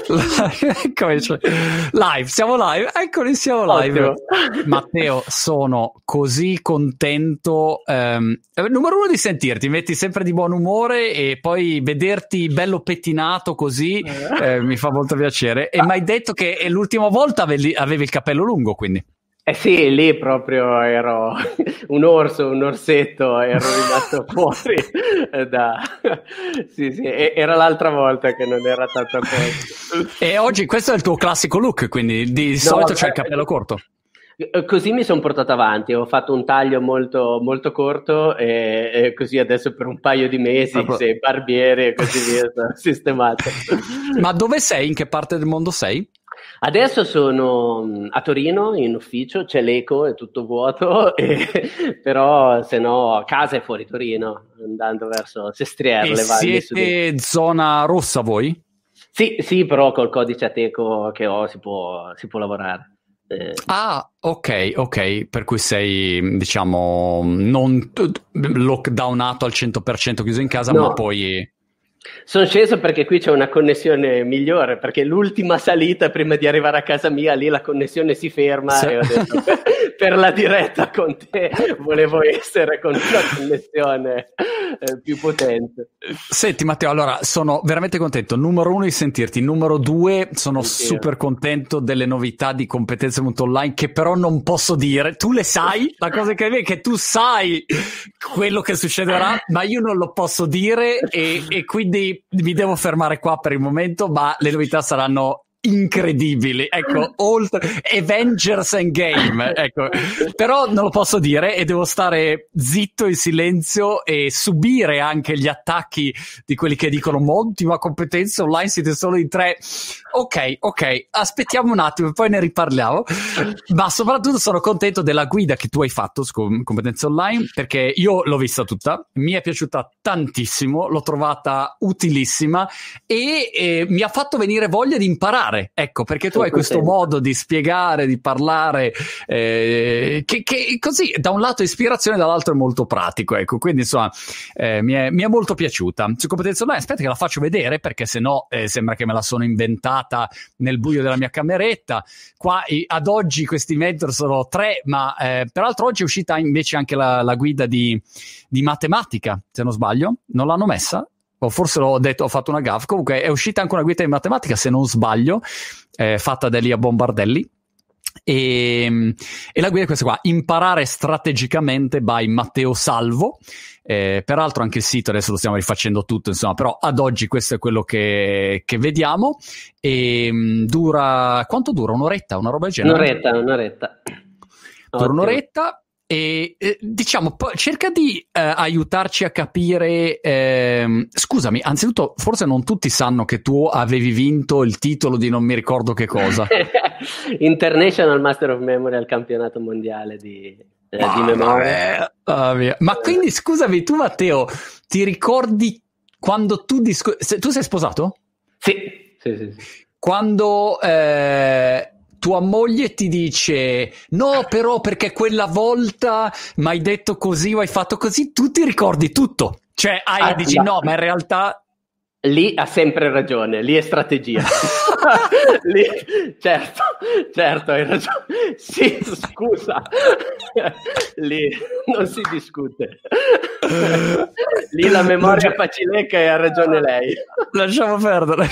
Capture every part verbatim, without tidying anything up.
Eccomi, cioè, live, siamo live, eccoli, siamo live. Ottimo. Matteo, sono così contento, ehm, numero uno di sentirti, metti sempre di buon umore e poi vederti bello pettinato così eh, mi fa molto piacere. E mi hai detto che l'ultima volta avevi, avevi il capello lungo, quindi. Eh sì, lì proprio ero un orso, un orsetto, ero rimasto fuori da... Sì, sì, era l'altra volta che non era tanto corto. E oggi questo è il tuo classico look, quindi di no, solito c'è il capello corto. Così mi sono portato avanti, ho fatto un taglio molto, molto corto e, e così adesso per un paio di mesi, ah, se barbiere e così via, sono sistemato. Ma dove sei? In che parte del mondo sei? Adesso sono a Torino in ufficio, c'è l'eco, è tutto vuoto, e, però se no a casa è fuori Torino, andando verso Sestriere. E le valli siete di... zona rossa voi? Sì, sì, però col codice Ateco che ho si può, si può lavorare. Eh. Ah, ok, ok, per cui sei, diciamo, non lockdownato al cento per cento chiuso in casa, no. Ma poi... Sono sceso perché qui c'è una connessione migliore, perché l'ultima salita prima di arrivare a casa mia, lì la connessione si ferma sì. E ho detto per, per la diretta con te volevo essere con una connessione eh, più potente. Senti Matteo, allora sono veramente contento, numero uno di sentirti, numero due sono Anch'io. super contento delle novità di Competenze punto online che però non posso dire, tu le sai, la cosa che è che tu sai quello che succederà, ma io non lo posso dire e, e quindi mi devo fermare qua per il momento, ma le novità saranno incredibili, ecco, oltre Avengers Endgame, ecco, però non lo posso dire e devo stare zitto in silenzio e subire anche gli attacchi di quelli che dicono ottima Competenza online, siete solo in tre. Ok, ok, aspettiamo un attimo e poi ne riparliamo, ma soprattutto sono contento della guida che tu hai fatto su Competenza Online, perché io l'ho vista tutta, mi è piaciuta tantissimo, l'ho trovata utilissima e eh, mi ha fatto venire voglia di imparare. Ecco, perché tu hai questo modo di spiegare, di parlare, eh, che, che così da un lato è ispirazione, dall'altro è molto pratico, ecco, quindi insomma eh, mi, è, mi è molto piaciuta. Su Competenza Online, aspetta che la faccio vedere, perché sennò eh, sembra che me la sono inventata nel buio della mia cameretta. Qua i, ad oggi questi mentor sono tre, ma eh, peraltro oggi è uscita invece anche la, la guida di, di matematica, se non sbaglio, non l'hanno messa? O forse l'ho detto, ho fatto una gaffe. Comunque è uscita anche una guida di matematica, se non sbaglio, eh, fatta da Elia Bombardelli. E, e la guida è questa qua: imparare strategicamente by Matteo Salvo. Eh, peraltro anche il sito adesso lo stiamo rifacendo tutto, insomma, però ad oggi questo è quello che, che vediamo. E um, dura quanto dura? Un'oretta? Una roba del genere? Un'oretta, un'oretta. Dura Ottimo. un'oretta. E eh, diciamo, po- cerca di eh, aiutarci a capire, ehm, scusami, anzitutto forse non tutti sanno che tu avevi vinto il titolo di non mi ricordo che cosa. International Master of Memory al campionato mondiale di, eh, ah, di memoria. Vabbè, ma quindi scusami, tu Matteo, ti ricordi quando tu discu- se, tu sei sposato? Sì, sì, sì, sì. Quando eh, tua moglie ti dice no, però perché quella volta mi hai detto così o hai fatto così, tu ti ricordi tutto, cioè hai, ah, dici no, ma in realtà lì ha sempre ragione, lì è strategia. Lì, certo, certo, hai ragione. Sì, scusa. Lì non si discute. Lì la memoria facilecca e ha ragione lei. Lasciamo perdere.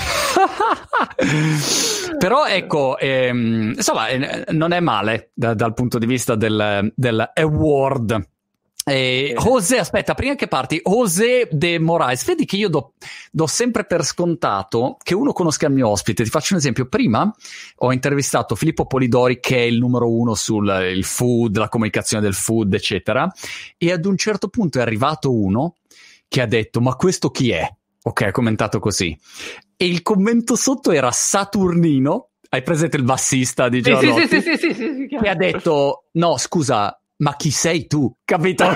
Però ecco, ehm, insomma, eh, non è male da, dal punto di vista del, del award. Eh, José, aspetta, prima che parti, José de Moraes, vedi che io do, do sempre per scontato che uno conosca il mio ospite. Ti faccio un esempio: prima ho intervistato Filippo Polidori, che è il numero uno sul il food, la comunicazione del food, eccetera, e ad un certo punto è arrivato uno che ha detto ma questo chi è? Ok, ha commentato così, e il commento sotto era Saturnino, hai presente il bassista di Giovanotti? Sì, sì, sì, sì, sì, sì, sì, sì. Che ha detto no scusa, ma chi sei tu? Capito?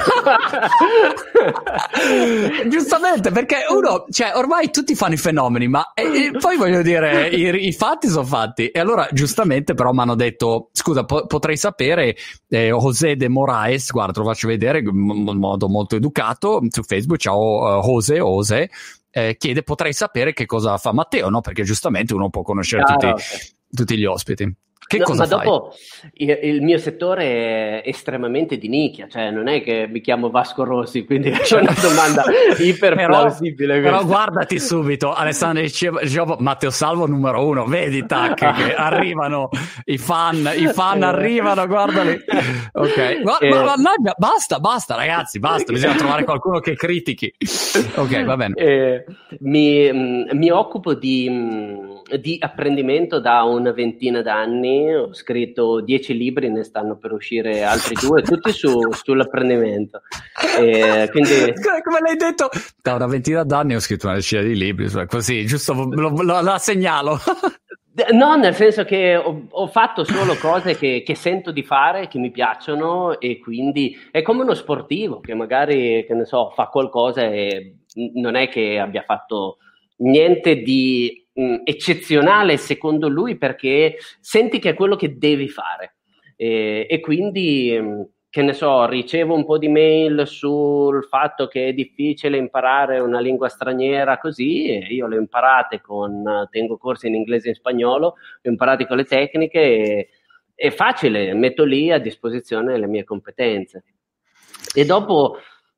Giustamente, perché uno, cioè ormai tutti fanno i fenomeni, ma e, e poi voglio dire, i, i fatti sono fatti. E allora giustamente però mi hanno detto scusa, po- potrei sapere, eh, José de Moraes, guarda, te lo faccio vedere in modo molto educato su Facebook, ciao uh, José, José, eh, chiede potrei sapere che cosa fa Matteo, no? Perché giustamente uno può conoscere Chiaro. tutti, tutti gli ospiti. Che No, cosa ma fai? dopo il, il mio settore è estremamente di nicchia, cioè non è che mi chiamo Vasco Rossi, quindi è una domanda iper plausibile. Però, però guardati subito, Alessandro diceva, diceva Matteo Salvo numero uno, vedi tac che arrivano i fan, i fan arrivano, guardali. Ok, ma, eh, ma, mannaggia, basta, basta ragazzi, basta, bisogna trovare qualcuno che critichi. Ok, va bene. Eh, mi, mh, mi occupo di, mh, di apprendimento da una ventina d'anni. Ho scritto dieci libri, ne stanno per uscire altri due, tutti su, sull'apprendimento. Eh, quindi... Come l'hai detto? Da una ventina d'anni ho scritto una decina di libri, così, giusto, lo, lo, la segnalo. No, nel senso che ho, ho fatto solo cose che, che sento di fare, che mi piacciono, e quindi è come uno sportivo che magari, che ne so, fa qualcosa e non è che abbia fatto niente di mh, eccezionale secondo lui, perché senti che è quello che devi fare. E, e quindi, mh, che ne so, ricevo un po' di mail sul fatto che è difficile imparare una lingua straniera così, e io le ho imparate con, tengo corsi in inglese e in spagnolo, le ho imparate con le tecniche, e è facile, metto lì a disposizione le mie competenze. E dopo...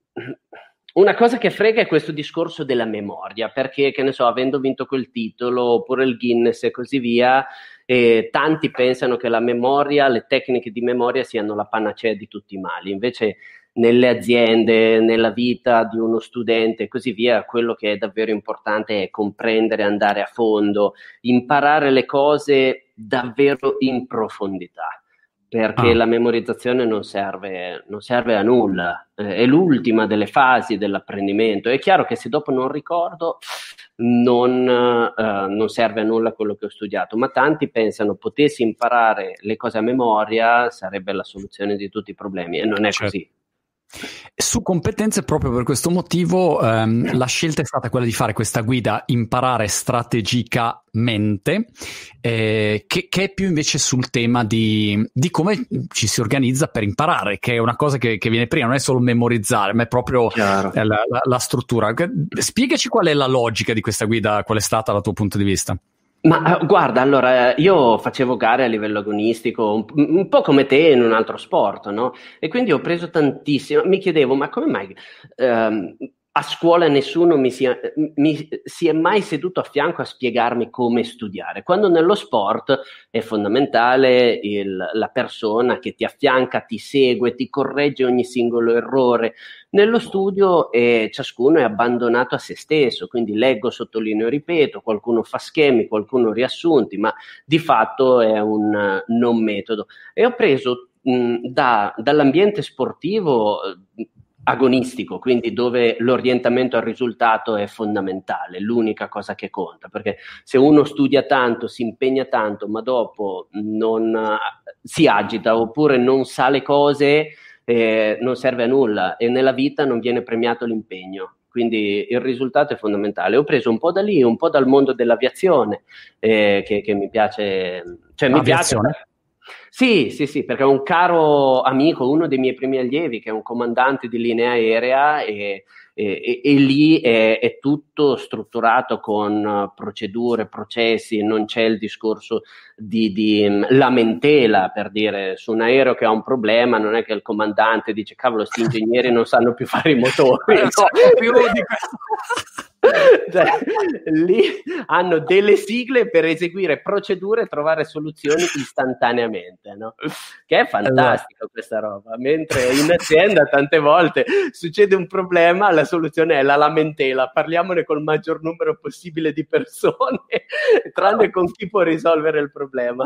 Una cosa che frega è questo discorso della memoria, perché, che ne so, avendo vinto quel titolo, oppure il Guinness e così via, eh, tanti pensano che la memoria, le tecniche di memoria siano la panacea di tutti i mali. Invece nelle aziende, nella vita di uno studente e così via, quello che è davvero importante è comprendere, andare a fondo, imparare le cose davvero in profondità. Perché ah. la memorizzazione non serve, non serve a nulla, eh, è l'ultima delle fasi dell'apprendimento. È chiaro che se dopo non ricordo, non, eh, non serve a nulla quello che ho studiato, ma tanti pensano potessi imparare le cose a memoria sarebbe la soluzione di tutti i problemi, e non è certo. così. Su competenze, proprio per questo motivo, ehm, la scelta è stata quella di fare questa guida Imparare strategicamente, eh, che, che è più invece sul tema di, di come ci si organizza per imparare, che è una cosa che, che viene prima, non è solo memorizzare, ma è proprio la, la, la struttura. Spiegaci qual è la logica di questa guida, qual è stata dal tuo punto di vista? Ma guarda, allora, io facevo gare a livello agonistico, un, un po' come te in un altro sport, no? E quindi ho preso tantissimo, mi chiedevo, ma come mai ehm, a scuola nessuno mi sia, mi si è mai seduto a fianco a spiegarmi come studiare, quando nello sport è fondamentale il, la persona che ti affianca, ti segue, ti corregge ogni singolo errore. Nello studio eh, ciascuno è abbandonato a se stesso, quindi leggo, sottolineo, ripeto, qualcuno fa schemi, qualcuno riassunti, ma di fatto è un uh, non metodo. E ho preso mh, da, dall'ambiente sportivo uh, agonistico, quindi dove l'orientamento al risultato è fondamentale, l'unica cosa che conta, perché se uno studia tanto, si impegna tanto, ma dopo non uh, si agita oppure non sa le cose, Eh, non serve a nulla, e nella vita non viene premiato l'impegno, quindi il risultato è fondamentale. Ho preso un po' da lì, un po' dal mondo dell'aviazione, eh, che, che mi piace, cioè mi piace. Sì, sì, sì, perché un caro amico, uno dei miei primi allievi, che è un comandante di linea aerea, e, e, e lì è, è tutto strutturato con procedure, processi, non c'è il discorso di, di lamentela, per dire, su un aereo che ha un problema non è che il comandante dice cavolo, sti ingegneri non sanno più fare i motori, no? più di cioè, lì hanno delle sigle per eseguire procedure e trovare soluzioni istantaneamente, no? Che è fantastico questa roba, mentre in azienda tante volte succede un problema, la soluzione è la lamentela, parliamone col maggior numero possibile di persone, tranne con chi può risolvere il problema.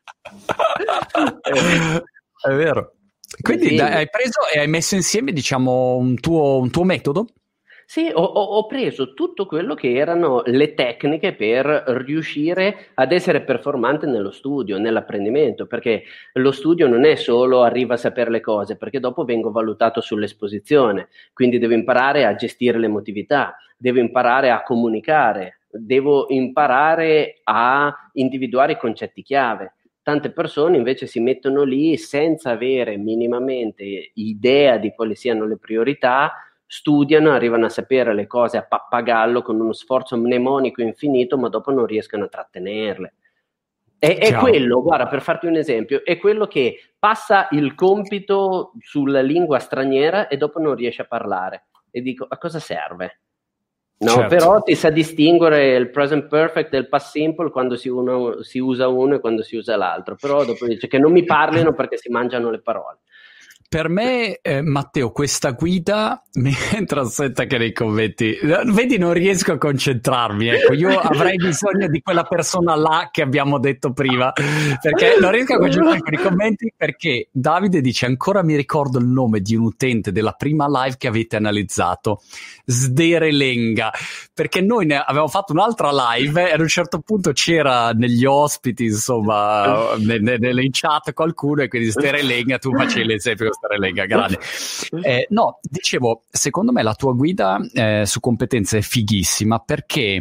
È vero. Quindi sì. Hai preso e hai messo insieme, diciamo, un tuo, un tuo metodo? Sì, ho, ho preso tutto quello che erano le tecniche per riuscire ad essere performante nello studio, nell'apprendimento, perché lo studio non è solo arriva a sapere le cose, perché dopo vengo valutato sull'esposizione, quindi devo imparare a gestire l'emotività, devo imparare a comunicare, devo imparare a individuare i concetti chiave. Tante persone invece si mettono lì senza avere minimamente idea di quali siano le priorità, studiano, arrivano a sapere le cose a pappagallo con uno sforzo mnemonico infinito, ma dopo non riescono a trattenerle. È, è quello, guarda, per farti un esempio, è quello che passa il compito sulla lingua straniera e dopo non riesce a parlare. E dico, a cosa serve? No, certo. Però ti sa distinguere il present perfect e il past simple quando si, uno, si usa uno e quando si usa l'altro. Però dopo dice che non mi parlino perché si mangiano le parole. Per me, eh, Matteo, questa guida mi entra anche nei commenti. Vedi, non riesco a concentrarmi. Ecco, io avrei bisogno di quella persona là che abbiamo detto prima, perché non riesco a concentrarmi con i commenti, perché Davide dice: ancora mi ricordo il nome di un utente della prima live che avete analizzato, Sderelenga, perché noi ne avevamo fatto un'altra live e ad un certo punto c'era negli ospiti, insomma, nelle, nelle chat qualcuno, e quindi Sderelenga, tu facevi l'esempio. Lega, grande. Eh, no, dicevo, secondo me la tua guida eh, su competenze è fighissima, perché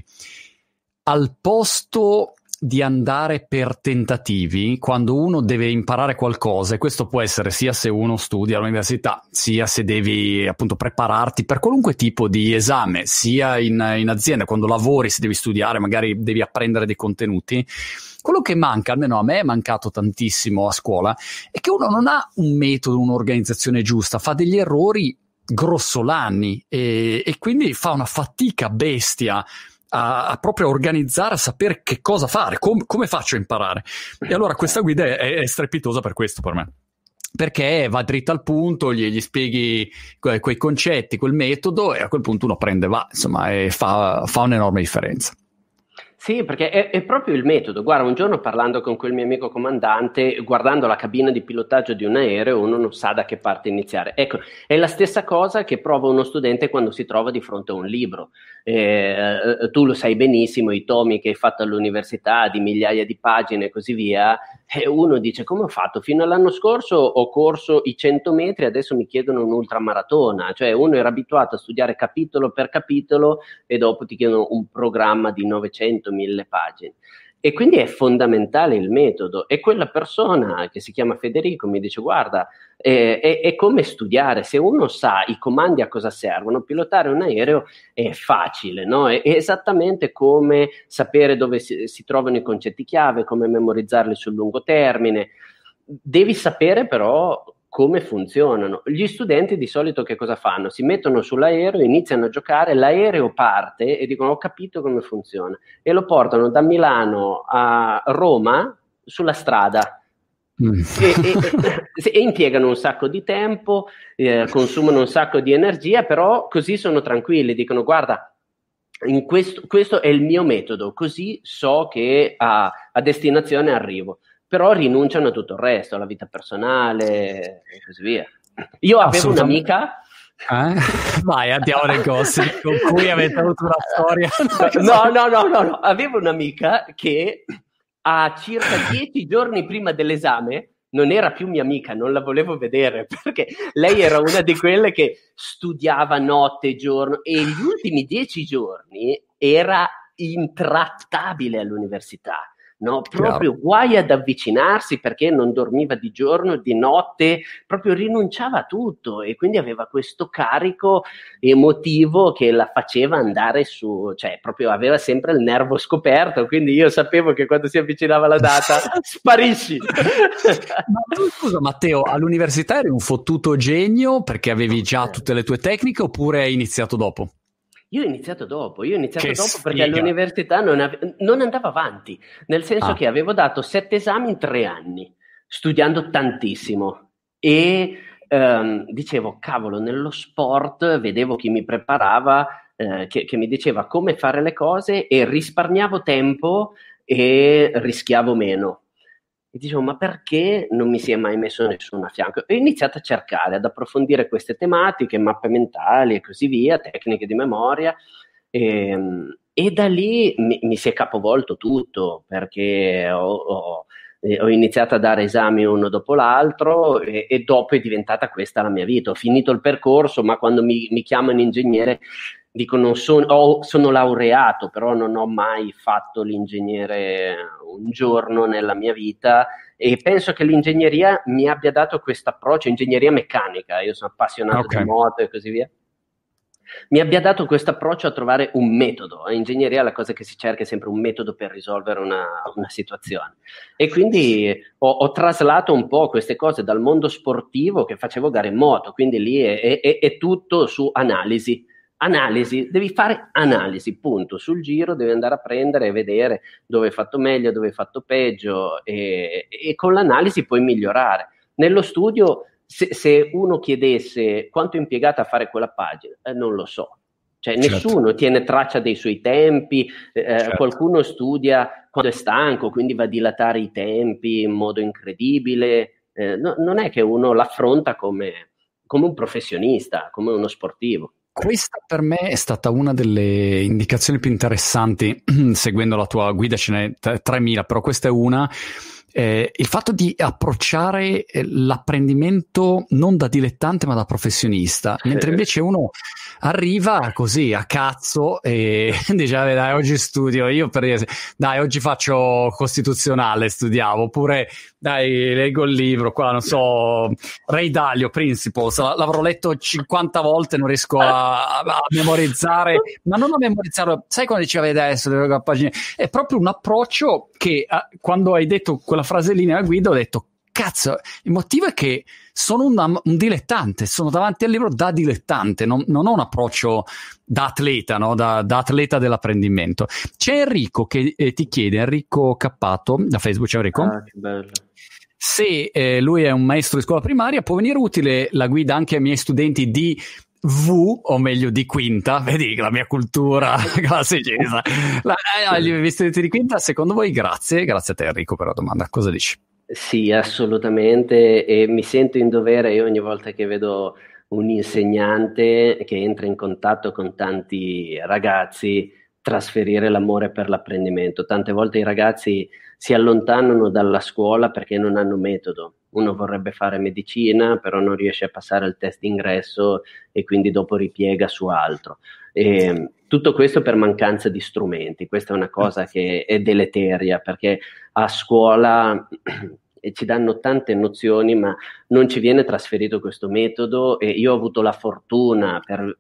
al posto di andare per tentativi, quando uno deve imparare qualcosa, e questo può essere sia se uno studia all'università, sia se devi appunto prepararti per qualunque tipo di esame, sia in, in azienda, quando lavori, se devi studiare, magari devi apprendere dei contenuti. Quello che manca, almeno a me è mancato tantissimo a scuola, è che uno non ha un metodo, un'organizzazione giusta, fa degli errori grossolani e, e quindi fa una fatica bestia a, a proprio organizzare, a sapere che cosa fare, com, come faccio a imparare. E allora questa guida è, è strepitosa per questo, per me. Perché va dritto al punto, gli, gli spieghi que, quei concetti, quel metodo, e a quel punto uno prende, va, insomma, e fa, fa un'enorme differenza. Sì, perché è, è proprio il metodo. Guarda, un giorno parlando con quel mio amico comandante, guardando la cabina di pilotaggio di un aereo, uno non sa da che parte iniziare. Ecco, è la stessa cosa che prova uno studente quando si trova di fronte a un libro. Eh, tu lo sai benissimo, i tomi che hai fatto all'università, di migliaia di pagine e così via, e uno dice: come ho fatto? Fino all'anno scorso ho corso i cento metri, adesso mi chiedono un'ultramaratona. Cioè uno era abituato a studiare capitolo per capitolo e dopo ti chiedono un programma di novecento mille pagine. E quindi è fondamentale il metodo. E quella persona che si chiama Federico mi dice: guarda, eh, è, è come studiare, se uno sa i comandi a cosa servono, pilotare un aereo è facile, no? È, è esattamente come sapere dove si, si trovano i concetti chiave, come memorizzarli sul lungo termine. Devi sapere però come funzionano. Gli studenti di solito che cosa fanno? Si mettono sull'aereo, iniziano a giocare, l'aereo parte e dicono: ho capito come funziona, e lo portano da Milano a Roma sulla strada. Mm. E, e, e impiegano un sacco di tempo, eh, consumano un sacco di energia, però così sono tranquilli, dicono: guarda, in questo, questo è il mio metodo, così so che a, a destinazione arrivo. Però rinunciano a tutto il resto, alla vita personale e così via. Io avevo un'amica... Eh? Vai, andiamo nel gossip, con cui avete avuto una storia. No, no, no, no, no. Avevo un'amica che a circa dieci giorni prima dell'esame non era più mia amica, non la volevo vedere, perché lei era una di quelle che studiava notte e giorno, e gli ultimi dieci giorni era intrattabile all'università. No, proprio Chiaro. Guai ad avvicinarsi, perché non dormiva di giorno, di notte, proprio rinunciava a tutto, e quindi aveva questo carico emotivo che la faceva andare su, cioè proprio aveva sempre il nervo scoperto, quindi io sapevo che quando si avvicinava la data sparisci. Ma scusa Matteo, all'università eri un fottuto genio perché avevi già tutte le tue tecniche, oppure hai iniziato dopo? Io ho iniziato dopo, io ho iniziato che dopo sfiga. Perché all'università non, ave- non andavo avanti, nel senso ah. che avevo dato sette esami in tre anni, studiando tantissimo, e ehm, dicevo, cavolo, nello sport vedevo chi mi preparava, eh, che, che mi diceva come fare le cose, e risparmiavo tempo e rischiavo meno. E dicevo, ma perché non mi si è mai messo nessuno a fianco? E ho iniziato a cercare, ad approfondire queste tematiche, mappe mentali e così via, tecniche di memoria, e, e da lì mi, mi si è capovolto tutto, perché ho, ho, ho iniziato a dare esami uno dopo l'altro, e, e dopo è diventata questa la mia vita. Ho finito il percorso, ma quando mi, mi chiamano ingegnere dico, non sono, oh, sono laureato, però non ho mai fatto l'ingegnere un giorno nella mia vita, e penso che l'ingegneria mi abbia dato questo approccio, ingegneria meccanica, io sono appassionato okay. di moto e così via. mi abbia dato questo approccio a trovare un metodo. In ingegneria la cosa che si cerca è sempre un metodo per risolvere una, una situazione, e quindi ho, ho traslato un po' queste cose dal mondo sportivo, che facevo gare in moto, quindi lì è, è, è tutto su analisi. Analisi, devi fare analisi, punto. Sul giro devi andare a prendere e vedere dove hai fatto meglio, dove hai fatto peggio, e, e con l'analisi puoi migliorare. Nello studio, se, se uno chiedesse quanto è impiegata a fare quella pagina, eh, non lo so. Cioè, certo. Nessuno tiene traccia dei suoi tempi, eh, certo. Qualcuno studia quando è stanco, quindi va a dilatare i tempi in modo incredibile. Eh, no, non è che uno l'affronta come, come un professionista, come uno sportivo. Questa per me è stata una delle indicazioni più interessanti, seguendo la tua guida ce n'è tremila, però questa è una. Eh, il fatto di approcciare l'apprendimento non da dilettante ma da professionista, mentre invece uno arriva così a cazzo e dice dai, oggi studio, io per dire, dai, oggi faccio costituzionale, studiavo, oppure dai, leggo il libro qua, non so, Ray Dalio, Principles, l'avrò letto cinquanta volte, non riesco a, a memorizzare, ma non a memorizzarlo, sai quando dicevi adesso devo la pagina, è proprio un approccio che eh, quando hai detto quella frase lì nella guida ho detto cazzo, il motivo è che sono un, un dilettante, sono davanti al libro da dilettante, non, non ho un approccio da atleta, no? da, da atleta dell'apprendimento. C'è Enrico che eh, ti chiede, Enrico Cappato, da Facebook. Ciao Enrico. Ah, che bello. Se eh, lui è un maestro di scuola primaria, può venire utile la guida anche ai miei studenti di V, o meglio di quinta, vedi la mia cultura classicista, la, eh, gli studenti di quinta, secondo voi? Grazie, grazie a te Enrico per la domanda, cosa dici? Sì, assolutamente, e mi sento in dovere io ogni volta che vedo un insegnante che entra in contatto con tanti ragazzi, trasferire l'amore per l'apprendimento. Tante volte i ragazzi si allontanano dalla scuola perché non hanno metodo. Uno vorrebbe fare medicina, però non riesce a passare il test d'ingresso e quindi dopo ripiega su altro. E tutto questo per mancanza di strumenti. Questa è una cosa che è deleteria, perché a scuola ci danno tante nozioni, ma non ci viene trasferito questo metodo, e io ho avuto la fortuna per,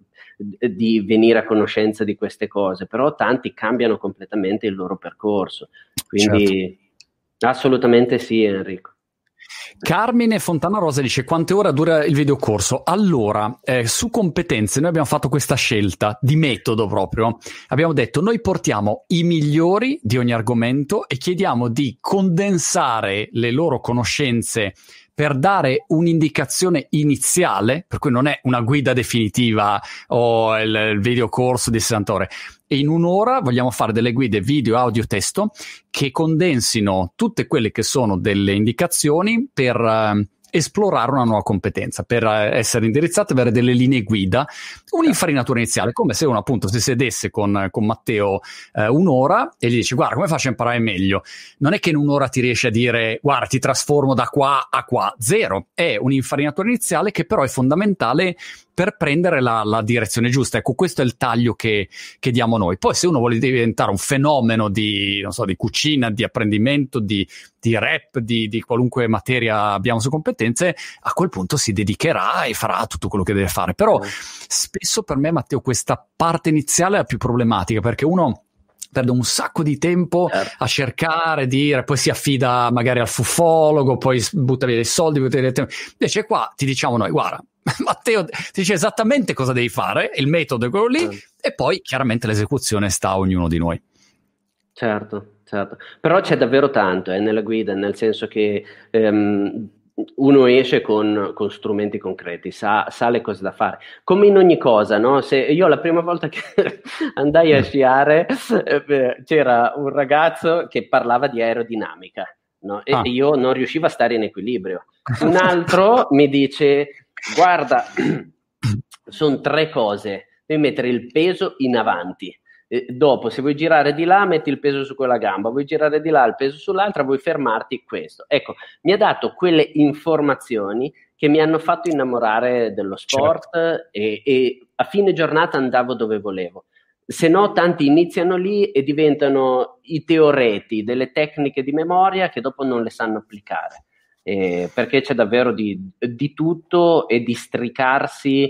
di venire a conoscenza di queste cose, però tanti cambiano completamente il loro percorso. Quindi certo. Assolutamente sì, Enrico. Carmine Fontana Rosa dice: quante ore dura il videocorso? Allora, eh, su competenze noi abbiamo fatto questa scelta di metodo proprio. Abbiamo detto: noi portiamo i migliori di ogni argomento e chiediamo di condensare le loro conoscenze per dare un'indicazione iniziale, per cui non è una guida definitiva o il, il videocorso di sessanta ore. E in un'ora vogliamo fare delle guide video, audio, testo che condensino tutte quelle che sono delle indicazioni per uh, esplorare una nuova competenza, per uh, essere indirizzate, avere delle linee guida, un'infarinatura iniziale, come se uno appunto si sedesse con, con Matteo uh, un'ora e gli dice: guarda, come faccio a imparare meglio? Non è che in un'ora ti riesci a dire: guarda, ti trasformo da qua a qua. Zero. È un'infarinatura iniziale che però è fondamentale per prendere la, la direzione giusta. Ecco, questo è il taglio che, che diamo noi. Poi se uno vuole diventare un fenomeno di, non so, di cucina, di apprendimento, di, di rap, di, di qualunque materia abbiamo su competenze, a quel punto si dedicherà e farà tutto quello che deve fare. Però spesso per me, Matteo, questa parte iniziale è la più problematica, perché uno perde un sacco di tempo a cercare, dire, poi si affida magari al fufologo, poi butta via dei soldi, butta via dei tempo. Invece qua ti diciamo noi: guarda, Matteo ti dice esattamente cosa devi fare, il metodo è quello lì, sì. E poi chiaramente l'esecuzione sta a ognuno di noi. Certo, certo. Però c'è davvero tanto eh, nella guida, nel senso che um, uno esce con, con strumenti concreti, sa, sa le cose da fare, come in ogni cosa, no? Se io la prima volta che andai a sciare eh, c'era un ragazzo che parlava di aerodinamica, no? E ah. io non riuscivo a stare in equilibrio. Un altro mi dice: guarda, sono tre cose, devi mettere il peso in avanti. Eh, dopo, se vuoi girare di là, metti il peso su quella gamba, vuoi girare di là, il peso sull'altra, vuoi fermarti, questo. Ecco, mi ha dato quelle informazioni che mi hanno fatto innamorare dello sport, certo. e, e a fine giornata andavo dove volevo. Se no, tanti iniziano lì e diventano i teoreti delle tecniche di memoria che dopo non le sanno applicare, eh, perché c'è davvero di, di tutto, e districarsi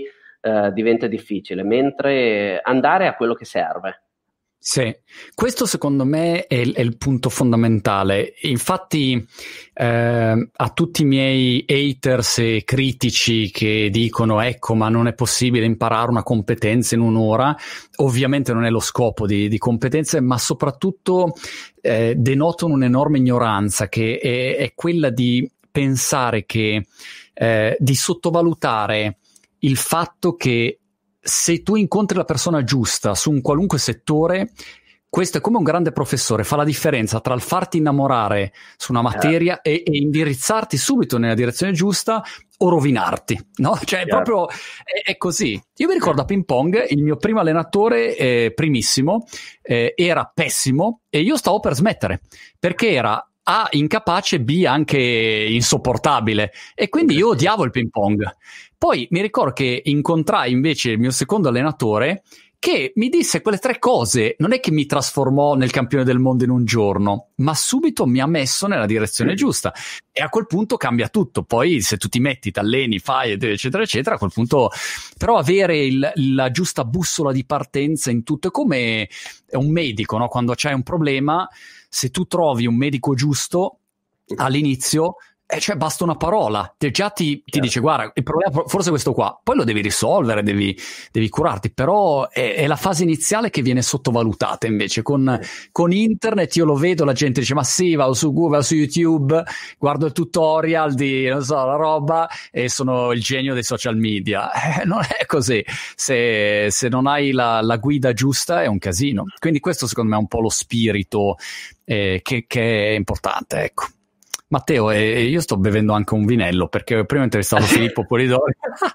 eh, diventa difficile, mentre andare a quello che serve. Sì, questo secondo me è il, è il punto fondamentale. Infatti eh, a tutti i miei haters e critici che dicono ecco ma non è possibile imparare una competenza in un'ora, ovviamente non è lo scopo di, di competenze, ma soprattutto eh, denotano un'enorme ignoranza che è, è quella di pensare che eh, di sottovalutare il fatto che se tu incontri la persona giusta su un qualunque settore, questo è come un grande professore, fa la differenza tra il farti innamorare su una materia e, e indirizzarti subito nella direzione giusta o rovinarti, no? Cioè è proprio è, è così. Io mi ricordo a ping pong il mio primo allenatore eh, primissimo eh, era pessimo e io stavo per smettere perché era A, incapace, B, anche insopportabile, e quindi io odiavo il ping pong. Poi mi ricordo che incontrai invece il mio secondo allenatore che mi disse quelle tre cose, non è che mi trasformò nel campione del mondo in un giorno, ma subito mi ha messo nella direzione mm. giusta, e a quel punto cambia tutto. Poi se tu ti metti, t'alleni, fai eccetera eccetera, a quel punto però avere il, la giusta bussola di partenza in tutto è come un medico, no? Quando c'hai un problema, se tu trovi un medico giusto all'inizio, eh, cioè basta una parola, te già ti, ti dice guarda il problema forse è questo qua, poi lo devi risolvere, devi, devi curarti, però è, è la fase iniziale che viene sottovalutata. Invece con, con internet io lo vedo, la gente dice ma sì, vado su Google, vado su YouTube, guardo il tutorial di non so la roba e sono il genio dei social media. Eh, non è così, se, se non hai la, la guida giusta è un casino. Quindi questo secondo me è un po' lo spirito eh, che, che è importante, ecco. Matteo, eh, io sto bevendo anche un vinello perché prima ho intervistato Filippo Polidori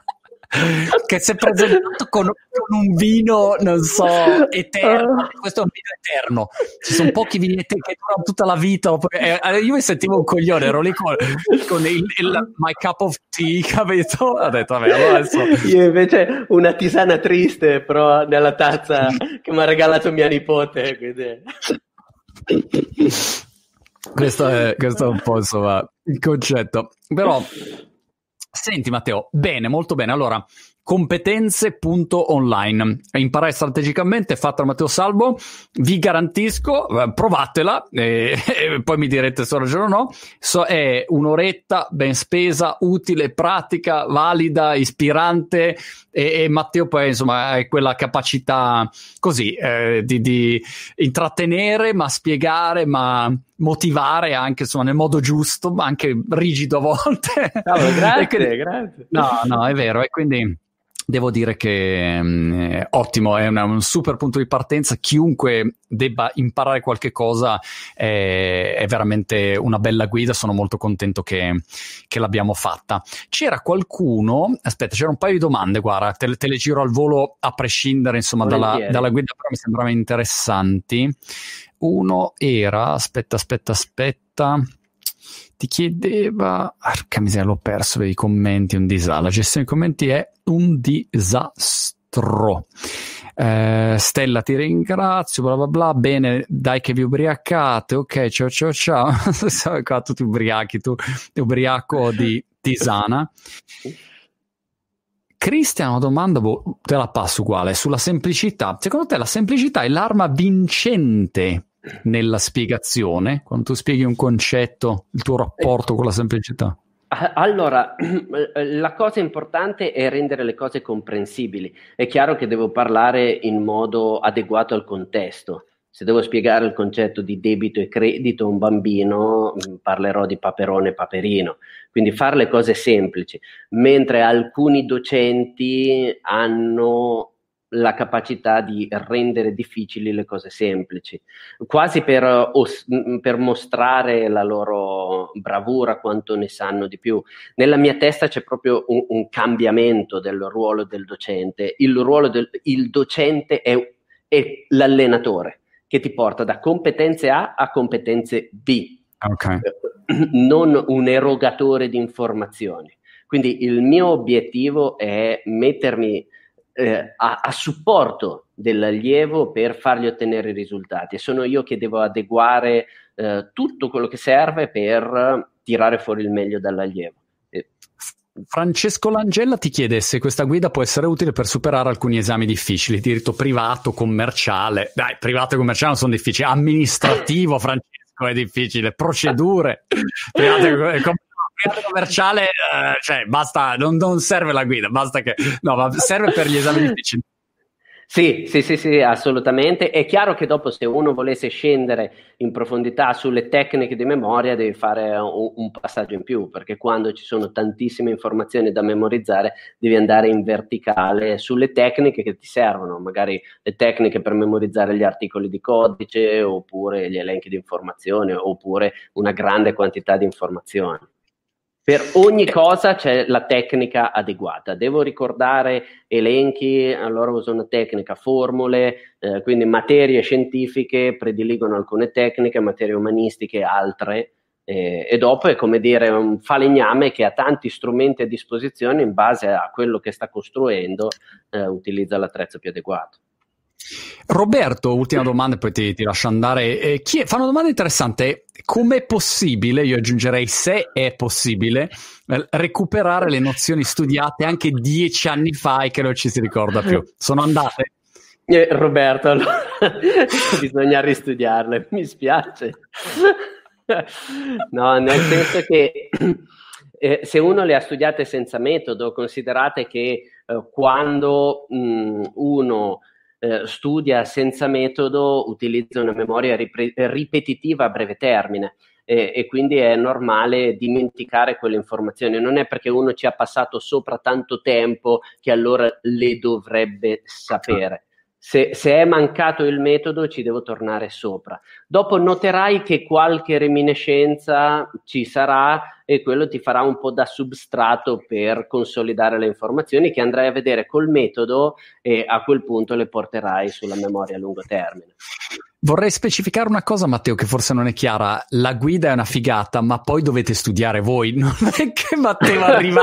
che si è presentato con, con un vino, non so, eterno. Questo è un vino eterno, ci sono pochi vini che durano tutta la vita. Io mi sentivo un coglione, ero lì con, con il, il my cup of tea, capito? Ho detto vabbè, allora adesso... Io invece una tisana triste però nella tazza che mi ha regalato mia nipote, quindi... Questo è, questo è un po' insomma il concetto. Però senti Matteo, bene, molto bene. Allora, competenze punto online, imparare strategicamente, fatta da Matteo Salvo. Vi garantisco, provatela e, e poi mi direte se ho ragione o no. So, è un'oretta ben spesa, utile, pratica, valida, ispirante, e, e Matteo poi insomma ha quella capacità così eh, di, di intrattenere, ma spiegare, ma motivare anche insomma nel modo giusto, ma anche rigido a volte. Oh, grazie, quindi, grazie. No, no, è vero, e quindi devo dire che mh, ottimo, è una, un super punto di partenza. Chiunque debba imparare qualche cosa è, è veramente una bella guida. Sono molto contento che, che l'abbiamo fatta. C'era qualcuno, aspetta, c'era un paio di domande, guarda, te, te le giro al volo a prescindere insomma dalla, dalla guida, però mi sembravano interessanti. Uno era, aspetta, aspetta, aspetta, ti chiedeva, porca miseria, l'ho perso per i commenti, un disastro, la gestione dei commenti è un disastro. Eh, Stella, ti ringrazio, bla bla bla, bene, dai che vi ubriacate, ok, ciao ciao ciao, siamo qua tutti ubriachi, tu ubriaco di tisana. Cristian, una domanda, boh, te la passo uguale, sulla semplicità. Secondo te la semplicità è l'arma vincente nella spiegazione, quando tu spieghi un concetto, il tuo rapporto con la semplicità? Allora, la cosa importante è rendere le cose comprensibili. È chiaro che devo parlare in modo adeguato al contesto. Se devo spiegare il concetto di debito e credito a un bambino, parlerò di Paperone e Paperino. Quindi fare le cose semplici, mentre alcuni docenti hanno la capacità di rendere difficili le cose semplici, quasi per, os- per mostrare la loro bravura, quanto ne sanno di più. Nella mia testa c'è proprio un, un cambiamento del ruolo del docente. Il ruolo del il docente è, è l'allenatore che ti porta da competenze A a competenze B, okay. Non un erogatore di informazioni. Quindi il mio obiettivo è mettermi Eh, a, a supporto dell'allievo per fargli ottenere i risultati, e sono io che devo adeguare eh, tutto quello che serve per tirare fuori il meglio dall'allievo. Eh, Francesco Langella ti chiede se questa guida può essere utile per superare alcuni esami difficili, diritto privato, commerciale. Dai, privato e commerciale non sono difficili, amministrativo, Francesco, è difficile, procedure, privato e commerciale. commerciale eh, cioè basta, non, non serve la guida, basta che no, ma serve per gli esami difficili. Sì, sì, sì, sì, assolutamente. È chiaro che dopo, se uno volesse scendere in profondità sulle tecniche di memoria, devi fare un, un passaggio in più, perché quando ci sono tantissime informazioni da memorizzare, devi andare in verticale sulle tecniche che ti servono, magari le tecniche per memorizzare gli articoli di codice, oppure gli elenchi di informazioni, oppure una grande quantità di informazioni. Per ogni cosa c'è la tecnica adeguata. Devo ricordare elenchi, allora uso una tecnica, formule, eh, quindi materie scientifiche prediligono alcune tecniche, materie umanistiche altre, eh, e dopo è come dire un falegname che ha tanti strumenti a disposizione, in base a quello che sta costruendo, eh, utilizza l'attrezzo più adeguato. Roberto, ultima domanda e poi ti, ti lascio andare. Eh, chi è, fa una domanda interessante: com'è possibile, io aggiungerei se è possibile, eh, recuperare le nozioni studiate anche dieci anni fa e che non ci si ricorda più? Sono andate? Eh, Roberto, allora, bisogna ristudiarle, mi spiace. No, nel senso che eh, se uno le ha studiate senza metodo, considerate che eh, quando mh, uno Eh, studia senza metodo, utilizza una memoria ripre- ripetitiva a breve termine, e, e quindi è normale dimenticare quelle informazioni. Non è perché uno ci ha passato sopra tanto tempo che allora le dovrebbe sapere. Se, se è mancato il metodo, ci devo tornare sopra. Dopo noterai che qualche reminiscenza ci sarà, e quello ti farà un po' da substrato per consolidare le informazioni che andrai a vedere col metodo, e a quel punto le porterai sulla memoria a lungo termine. Vorrei specificare una cosa, Matteo, che forse non è chiara. La guida è una figata, ma poi dovete studiare voi. Non è che Matteo arriva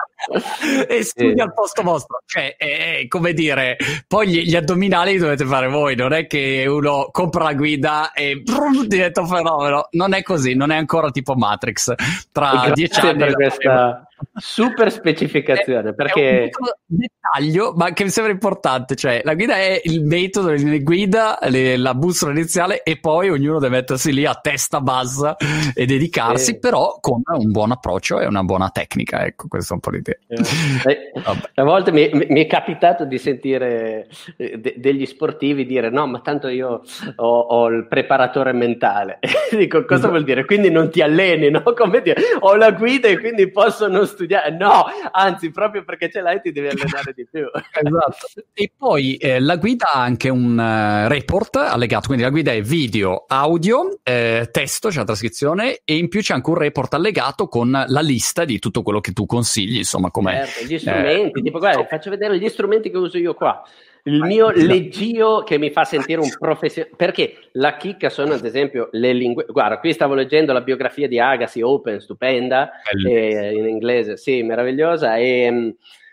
e studia al posto vostro, cioè è, è come dire, poi gli, gli addominali li dovete fare voi, non è che uno compra la guida e brum, diventa un fenomeno. Non è così, non è ancora tipo Matrix. Tra dieci anni per questa super specificazione, perché è un dettaglio ma che mi sembra importante, cioè la guida è il metodo, le linee guida, le, la bussola iniziale, e poi ognuno deve mettersi lì a testa bassa e dedicarsi, sì. Però con un buon approccio e una buona tecnica, ecco, questo è un po' l'idea. Eh, a volte mi, mi è capitato di sentire de- degli sportivi dire: no, ma tanto io ho, ho il preparatore mentale. Dico, cosa esatto. Vuol dire? Quindi non ti alleni, no? Come dire, ho la guida e quindi posso non studiare? No, anzi, proprio perché ce l'hai ti devi allenare di più. Esatto. E poi eh, la guida ha anche un uh, report allegato, quindi la guida è video, audio, eh, testo, c'è la trascrizione, e in più c'è anche un report allegato con la lista di tutto quello che tu consigli, insomma, come certo, gli strumenti, eh, tipo guarda, ti faccio vedere gli strumenti che uso io qua. Il Vai, mio sì. leggio che mi fa sentire un professionista, perché la chicca sono ad esempio le lingue. Guarda, qui stavo leggendo la biografia di Agassi Open, stupenda, eh, in inglese, sì, meravigliosa, e,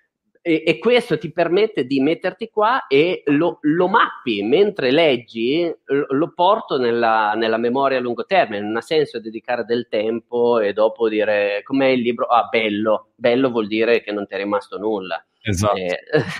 e, e questo ti permette di metterti qua e lo, lo mappi mentre leggi, lo, lo porto nella, nella memoria a lungo termine. Non ha senso dedicare del tempo e dopo dire com'è il libro, ah bello, bello vuol dire che non ti è rimasto nulla. Esatto. Eh,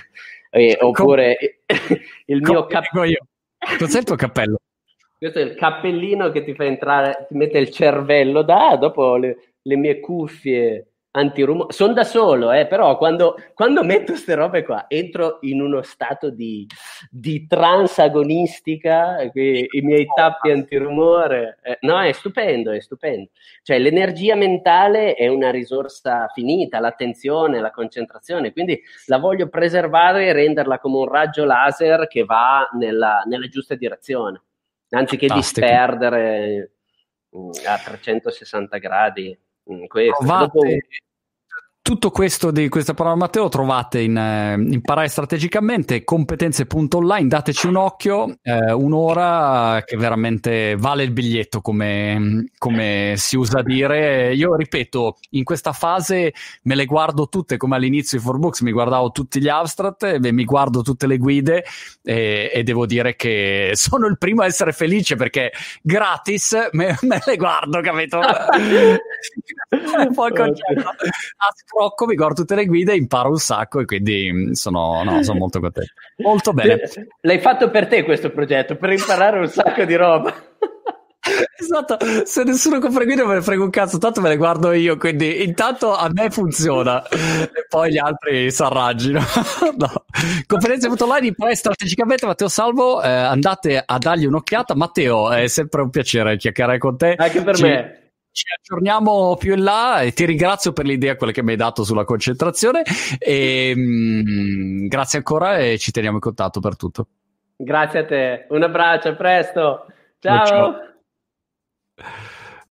Eh, oppure Com- il mio cappello. Cos'è il tuo cappello? Questo è il cappellino che ti fa entrare, ti mette il cervello da, dopo le, le mie cuffie antirumore. Sono da solo, eh, però quando, quando metto queste robe qua entro in uno stato di, di trance agonistica, qui, i miei tappi antirumore. Eh, no, è stupendo, è stupendo. Cioè l'energia mentale è una risorsa finita, l'attenzione, la concentrazione, quindi la voglio preservare e renderla come un raggio laser che va nella, nella giusta direzione, anziché Fantastico. disperdere mh, a trecentosessanta gradi. Questo. Provate, Dopo... tutto questo di questa parola Matteo trovate in eh, Imparare strategicamente, competenze punto online, dateci un occhio, eh, un'ora che veramente vale il biglietto, come, come si usa dire. Io ripeto, in questa fase me le guardo tutte, come all'inizio di four books mi guardavo tutti gli abstract, beh, mi guardo tutte le guide e, e devo dire che sono il primo a essere felice perché gratis me, me le guardo, capito? poi concetto a scrocco mi guardo tutte le guide, imparo un sacco e quindi sono, no, sono molto contento. Molto bene. L'hai fatto per te questo progetto, per imparare un sacco di roba. Esatto, se nessuno compra guida me ne frego un cazzo, tanto me le guardo io, quindi intanto a me funziona e poi gli altri si arrangino. No. Conferenze online di Pre strategicamente, Matteo Salvo, eh, andate a dargli un'occhiata. Matteo, è sempre un piacere chiacchierare con te. Anche per ci, me. Ci aggiorniamo più in là e ti ringrazio per l'idea, quella che mi hai dato sulla concentrazione e mh, grazie ancora e ci teniamo in contatto per tutto. Grazie a te, un abbraccio, a presto, ciao. Ciao.